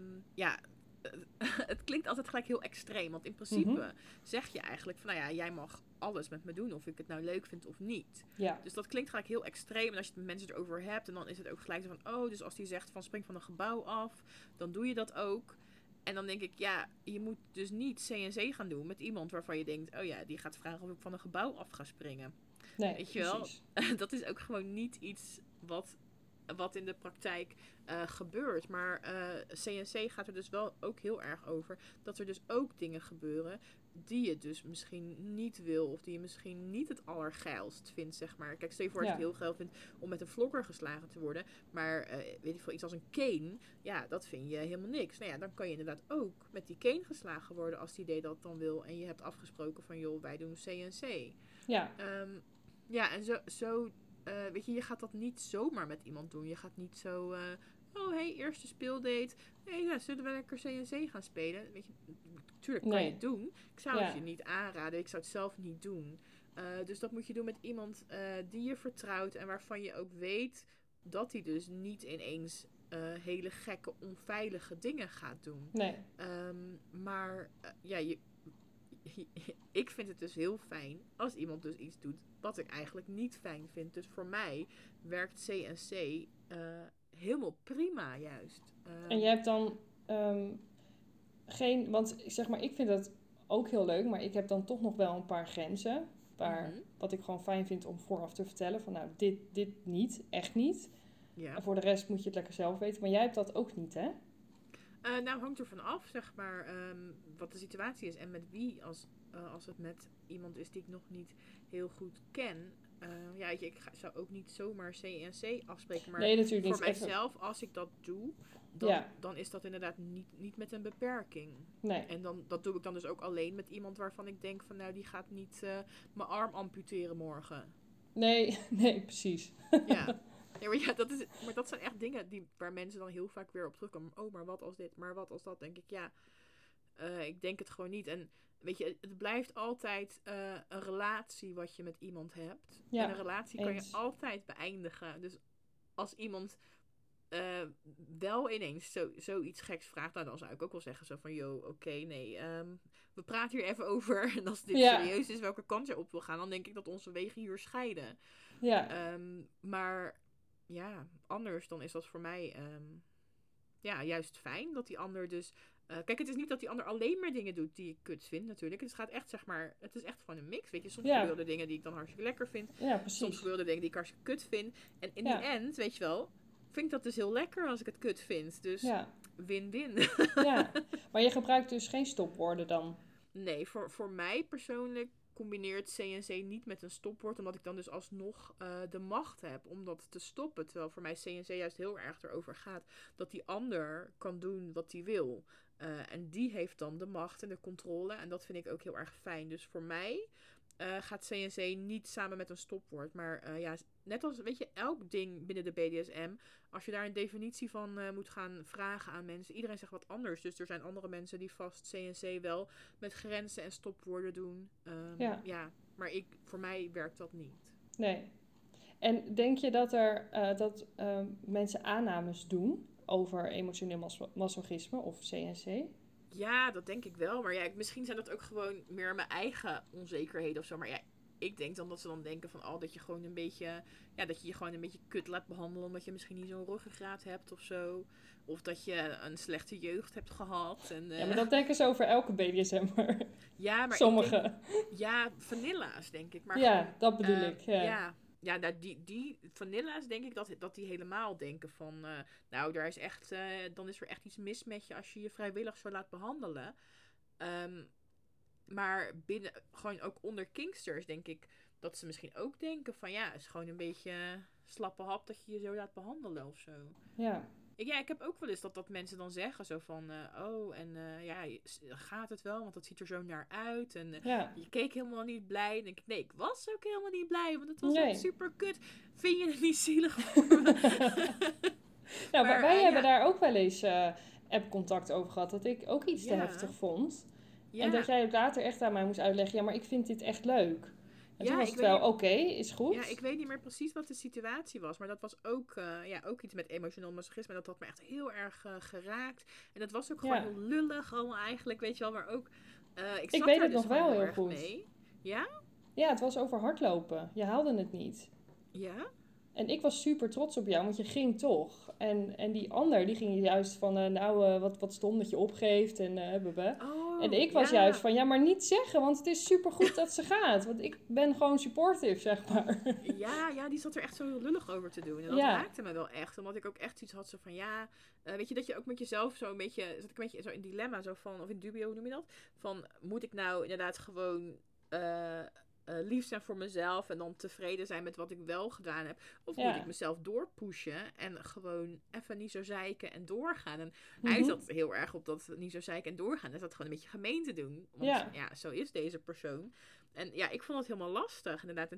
Het klinkt altijd gelijk heel extreem. Want in principe zeg je eigenlijk van, jij mag alles met me doen. Of ik het nou leuk vind of niet. Ja. Dus dat klinkt gelijk heel extreem. En als je het met mensen erover hebt. En dan is het ook gelijk zo van, dus als die zegt van spring van een gebouw af. Dan doe je dat ook. En dan denk ik, je moet dus niet CNC gaan doen met iemand waarvan je denkt, die gaat vragen of ik van een gebouw af ga springen. Nee, weet je precies. wel? Dat is ook gewoon niet iets wat wat in de praktijk gebeurt. Maar CNC gaat er dus wel ook heel erg over dat er dus ook dingen gebeuren die je dus misschien niet wil of die je misschien niet het allergeilst vindt, zeg maar. Kijk, stel je voor dat je het heel geil vindt om met een vlokker geslagen te worden, maar weet ik veel, iets als een cane, ja, dat vind je helemaal niks. Nou ja, dan kan je inderdaad ook met die cane geslagen worden als die idee dat dan wil en je hebt afgesproken van, joh, wij doen CNC. Ja. Ja, en zo weet je gaat dat niet zomaar met iemand doen. Je gaat niet zo, eerste speeldate. Nee, ja, zullen we lekker CNC gaan spelen? Weet je, natuurlijk kan je het doen. Ik zou het je niet aanraden. Ik zou het zelf niet doen. Dus dat moet je doen met iemand die je vertrouwt en waarvan je ook weet dat hij dus niet ineens hele gekke, onveilige dingen gaat doen. Nee. Maar ik vind het dus heel fijn als iemand dus iets doet wat ik eigenlijk niet fijn vind. Dus voor mij werkt CNC helemaal prima juist. En jij hebt dan geen... Want zeg maar, ik vind dat ook heel leuk, maar ik heb dan toch nog wel een paar grenzen. Wat ik gewoon fijn vind om vooraf te vertellen. Van nou, dit niet, echt niet. Ja. En voor de rest moet je het lekker zelf weten. Maar jij hebt dat ook niet, hè? Nou, hangt er van af, zeg maar, wat de situatie is en met wie. Als het met iemand is die ik nog niet heel goed ken. Ik zou ook niet zomaar CNC afspreken. Maar nee, natuurlijk voor niet. mijzelf, als ik dat doe, dan is dat inderdaad niet met een beperking. Nee. En dat doe ik dan dus ook alleen met iemand waarvan ik denk van, nou, die gaat niet mijn arm amputeren morgen. Nee, precies. Ja. Ja, maar dat zijn echt dingen waar mensen dan heel vaak weer op terugkomen. Oh, maar wat als dit, maar wat als dat? Denk ik, ik denk het gewoon niet. En weet je, het blijft altijd een relatie wat je met iemand hebt. Ja, en een relatie kan je altijd beëindigen. Dus als iemand wel ineens zoiets geks vraagt, nou, dan zou ik ook wel zeggen zo van, we praten hier even over. En als dit serieus is, welke kant je op wil gaan, dan denk ik dat onze wegen hier scheiden. Ja. Maar ja, anders dan is dat voor mij juist fijn dat die ander dus... kijk, het is niet dat die ander alleen maar dingen doet die ik kut vind natuurlijk. Het gaat echt, zeg maar, het is echt gewoon een mix. Weet je, soms gebeuren er dingen die ik dan hartstikke lekker vind. Ja, precies. Soms gebeuren er dingen die ik hartstikke kut vind. En in die end, weet je wel, vind ik dat dus heel lekker als ik het kut vind. Dus win-win. Ja, maar je gebruikt dus geen stopwoorden dan? Nee, voor mij persoonlijk combineert CNC niet met een stopwoord, omdat ik dan dus alsnog de macht heb om dat te stoppen. Terwijl voor mij CNC juist heel erg erover gaat dat die ander kan doen wat hij wil. En die heeft dan de macht en de controle. En dat vind ik ook heel erg fijn. Dus voor mij gaat CNC niet samen met een stopwoord. Maar net als, weet je, elk ding binnen de BDSM, als je daar een definitie van moet gaan vragen aan mensen. Iedereen zegt wat anders. Dus er zijn andere mensen die vast CNC wel met grenzen en stopwoorden doen. Maar voor mij werkt dat niet. Nee. En denk je dat dat mensen aannames doen over emotioneel masochisme of CNC? Ja, dat denk ik wel. Maar misschien zijn dat ook gewoon meer mijn eigen onzekerheden of zo. Maar ik denk dan dat ze dan denken van, dat je gewoon een beetje, dat je je gewoon een beetje kut laat behandelen, omdat je misschien niet zo'n ruggengraat hebt of zo. Of dat je een slechte jeugd hebt gehad. En, maar dat denken ze over elke BDSM'er. Ja, maar sommigen. Vanilla's denk ik. Maar gewoon, dat bedoel ik. Ja, nou, die vanilla's denk ik dat die helemaal denken van... daar is echt, dan is er echt iets mis met je als je je vrijwillig zo laat behandelen. Maar gewoon ook onder kinksters denk ik dat ze misschien ook denken van... het is gewoon een beetje slappe hap dat je je zo laat behandelen of zo. Ja. Ik heb ook wel eens dat mensen dan zeggen zo van... gaat het wel? Want dat ziet er zo naar uit. En je keek helemaal niet blij. Dan denk ik, nee, ik was ook helemaal niet blij. Want het was echt super kut. Vind je het niet zielig voor me? Maar wij hebben daar ook wel eens appcontact over gehad. Dat ik ook iets te heftig vond. Ja. En dat jij ook later echt aan mij moest uitleggen... ja, maar ik vind dit echt leuk. En toen was het wel oké, is goed. Ja, ik weet niet meer precies wat de situatie was. Maar dat was ook iets met emotioneel masochisme. En dat had me echt heel erg geraakt. En dat was ook gewoon heel lullig allemaal eigenlijk, weet je wel. Maar ook, ik weet het nog wel heel goed. Mee. Ja? Ja, het was over hardlopen. Je haalde het niet. Ja? En ik was super trots op jou, want je ging toch. En die ander, die ging juist van, wat stom dat je opgeeft. En En ik was juist van, ja, maar niet zeggen, want het is supergoed dat ze gaat. Want ik ben gewoon supportive, zeg maar. Ja, die zat er echt zo heel lullig over te doen. En dat raakte me wel echt. Omdat ik ook echt iets had zo van, weet je, dat je ook met jezelf zo een beetje, zat ik een beetje zo in dilemma, zo van, of in dubio, hoe noem je dat? Van, moet ik nou inderdaad gewoon lief zijn voor mezelf en dan tevreden zijn met wat ik wel gedaan heb? Of moet ik mezelf doorpushen en gewoon even niet zo zeiken en doorgaan? En hij zat heel erg op dat niet zo zeiken en doorgaan. Hij zat gewoon een beetje gemeen te doen. Want zo is deze persoon. En ja, ik vond dat helemaal lastig inderdaad. En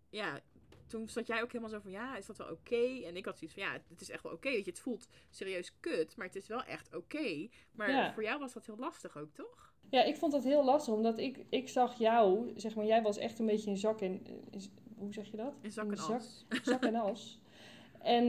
toen zat jij ook helemaal zo van, is dat wel oké? En ik had zoiets van, het is echt wel oké. Weet je, het voelt serieus kut, maar het is wel echt oké. Maar voor jou was dat heel lastig ook, toch? Ja, ik vond dat heel lastig, omdat ik zag jou, zeg maar, jij was echt een beetje in zak en, hoe zeg je dat? In zak en as. Zak en as. En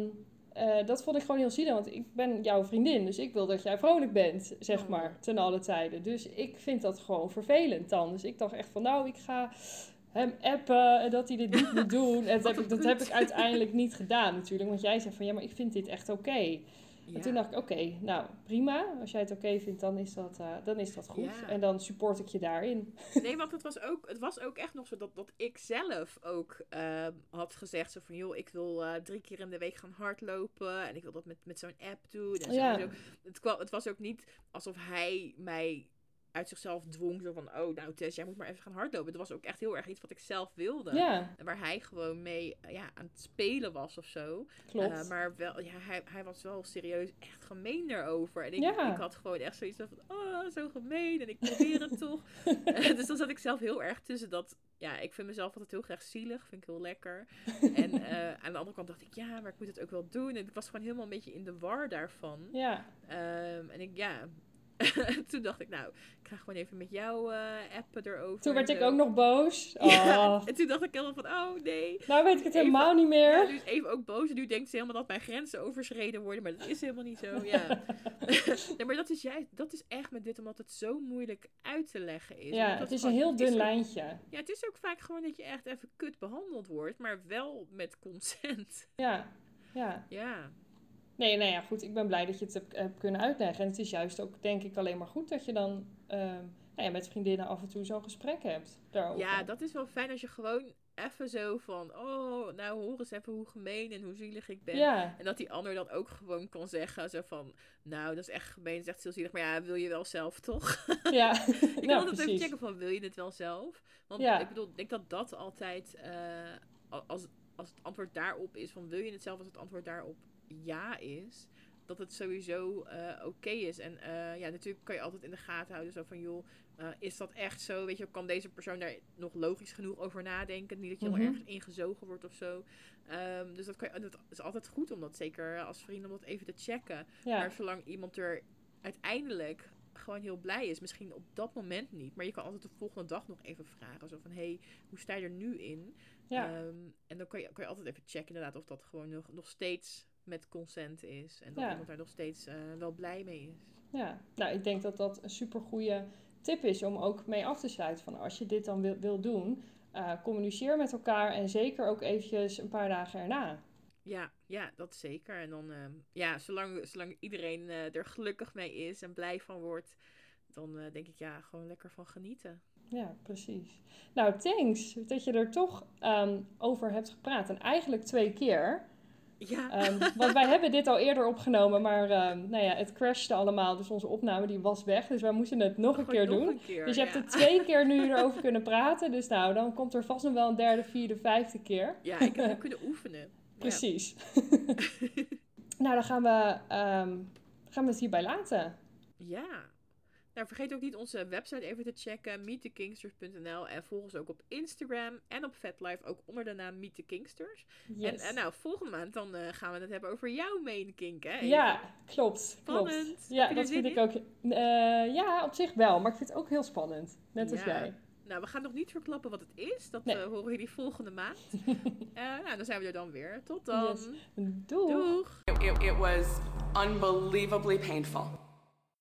dat vond ik gewoon heel zielig, want ik ben jouw vriendin, dus ik wil dat jij vrolijk bent, zeg maar, ten alle tijden. Dus ik vind dat gewoon vervelend dan. Dus ik dacht echt van, ik ga hem appen dat hij dit niet moet doen. En dat heb ik uiteindelijk niet gedaan natuurlijk, want jij zei van, ja, maar ik vind dit echt oké. Ja. En toen dacht ik, oké, nou prima. Als jij het oké vindt, dan is dat goed. Ja. En dan support ik je daarin. Nee, want het was ook echt nog zo dat ik zelf ook had gezegd zo van, joh, ik wil 3 keer in de week gaan hardlopen. En ik wil dat met zo'n app doen. En zo. Het was ook niet alsof hij mij uit zichzelf dwong. Zo van, oh, nou Tess, jij moet maar even gaan hardlopen. Het was ook echt heel erg iets wat ik zelf wilde. Ja. Waar hij gewoon mee aan het spelen was of zo. Klopt. Maar wel, hij was wel serieus echt gemeen daarover. En ik had gewoon echt zoiets van, oh, zo gemeen. En ik probeer het toch. Dus dan zat ik zelf heel erg tussen dat. Ja, ik vind mezelf altijd heel graag zielig. Vind ik heel lekker. En aan de andere kant dacht ik, maar ik moet het ook wel doen. En ik was gewoon helemaal een beetje in de war daarvan. Ja. En ik, toen dacht ik, nou, ik ga gewoon even met jou appen erover. Toen werd ik ook nog boos. Ja, en toen dacht ik helemaal van, oh nee. Nou weet ik het helemaal niet meer. Ja, nu is even ook boos. En nu denkt ze helemaal dat mijn grenzen overschreden worden. Maar dat is helemaal niet zo, Nee, maar dat is echt met dit, omdat het zo moeilijk uit te leggen is. Ja, het is een heel dun lijntje. Ja, het is ook vaak gewoon dat je echt even kut behandeld wordt. Maar wel met consent. Ja. Nee, nou ja, goed. Ik ben blij dat je het hebt kunnen uitleggen. En het is juist ook, denk ik, alleen maar goed dat je dan met vriendinnen af en toe zo'n gesprek hebt daarover. Ja, dat is wel fijn als je gewoon even zo van, oh, nou hoor eens even hoe gemeen en hoe zielig ik ben. Ja. En dat die ander dan ook gewoon kan zeggen, zo van, nou, dat is echt gemeen, dat is echt heel zielig. Maar wil je wel zelf, toch? Ja, je kan altijd even checken van, wil je dit wel zelf? Want ik bedoel, ik denk dat altijd, als het antwoord daarop is van, wil je het zelf, als het antwoord daarop ja is, dat het sowieso oké is. En natuurlijk kan je altijd in de gaten houden zo van, joh, is dat echt zo? Weet je, kan deze persoon daar nog logisch genoeg over nadenken? Niet dat je helemaal ergens ingezogen wordt of zo. Dus dat is altijd goed om dat, zeker als vriend, om dat even te checken. Ja. Maar zolang iemand er uiteindelijk gewoon heel blij is, misschien op dat moment niet, maar je kan altijd de volgende dag nog even vragen. Zo van, hey, hoe sta je er nu in? Ja. En dan kan je altijd even checken inderdaad of dat gewoon nog steeds met consent is. En dat iemand daar nog steeds wel blij mee is. Ja, nou ik denk dat dat een supergoeie tip is om ook mee af te sluiten. Van als je dit dan wil doen, communiceer met elkaar en zeker ook eventjes een paar dagen erna. Ja, dat zeker. En dan, zolang iedereen er gelukkig mee is en blij van wordt, dan denk ik gewoon lekker van genieten. Ja, precies. Nou, thanks dat je er toch over hebt gepraat. En eigenlijk 2 keer. Ja. Want wij hebben dit al eerder opgenomen, maar het crashte allemaal. Dus onze opname die was weg. Dus wij moesten het nog een keer doen. Dus je hebt er 2 keer nu erover kunnen praten. Dus nou, dan komt er vast nog wel een 3e, 4e, 5e keer. Ja, ik heb kunnen oefenen. Precies. Nou, dan gaan we het hierbij laten. Ja. Nou, vergeet ook niet onze website even te checken, meetthekingsters.nl. En volg ons ook op Instagram en op FetLife, ook onder de naam Meet the Kingsters. Yes. En nou, volgende maand dan gaan we het hebben over jouw main kink, hè? Ja, klopt. Spannend. Klopt. Ja, dat vind ik ook. Ja, op zich wel, maar ik vind het ook heel spannend. Net als jij. Nou, we gaan nog niet verklappen wat het is. Dat horen jullie volgende maand. Dan zijn we er dan weer. Tot dan. Yes. Doeg. It was unbelievably painful.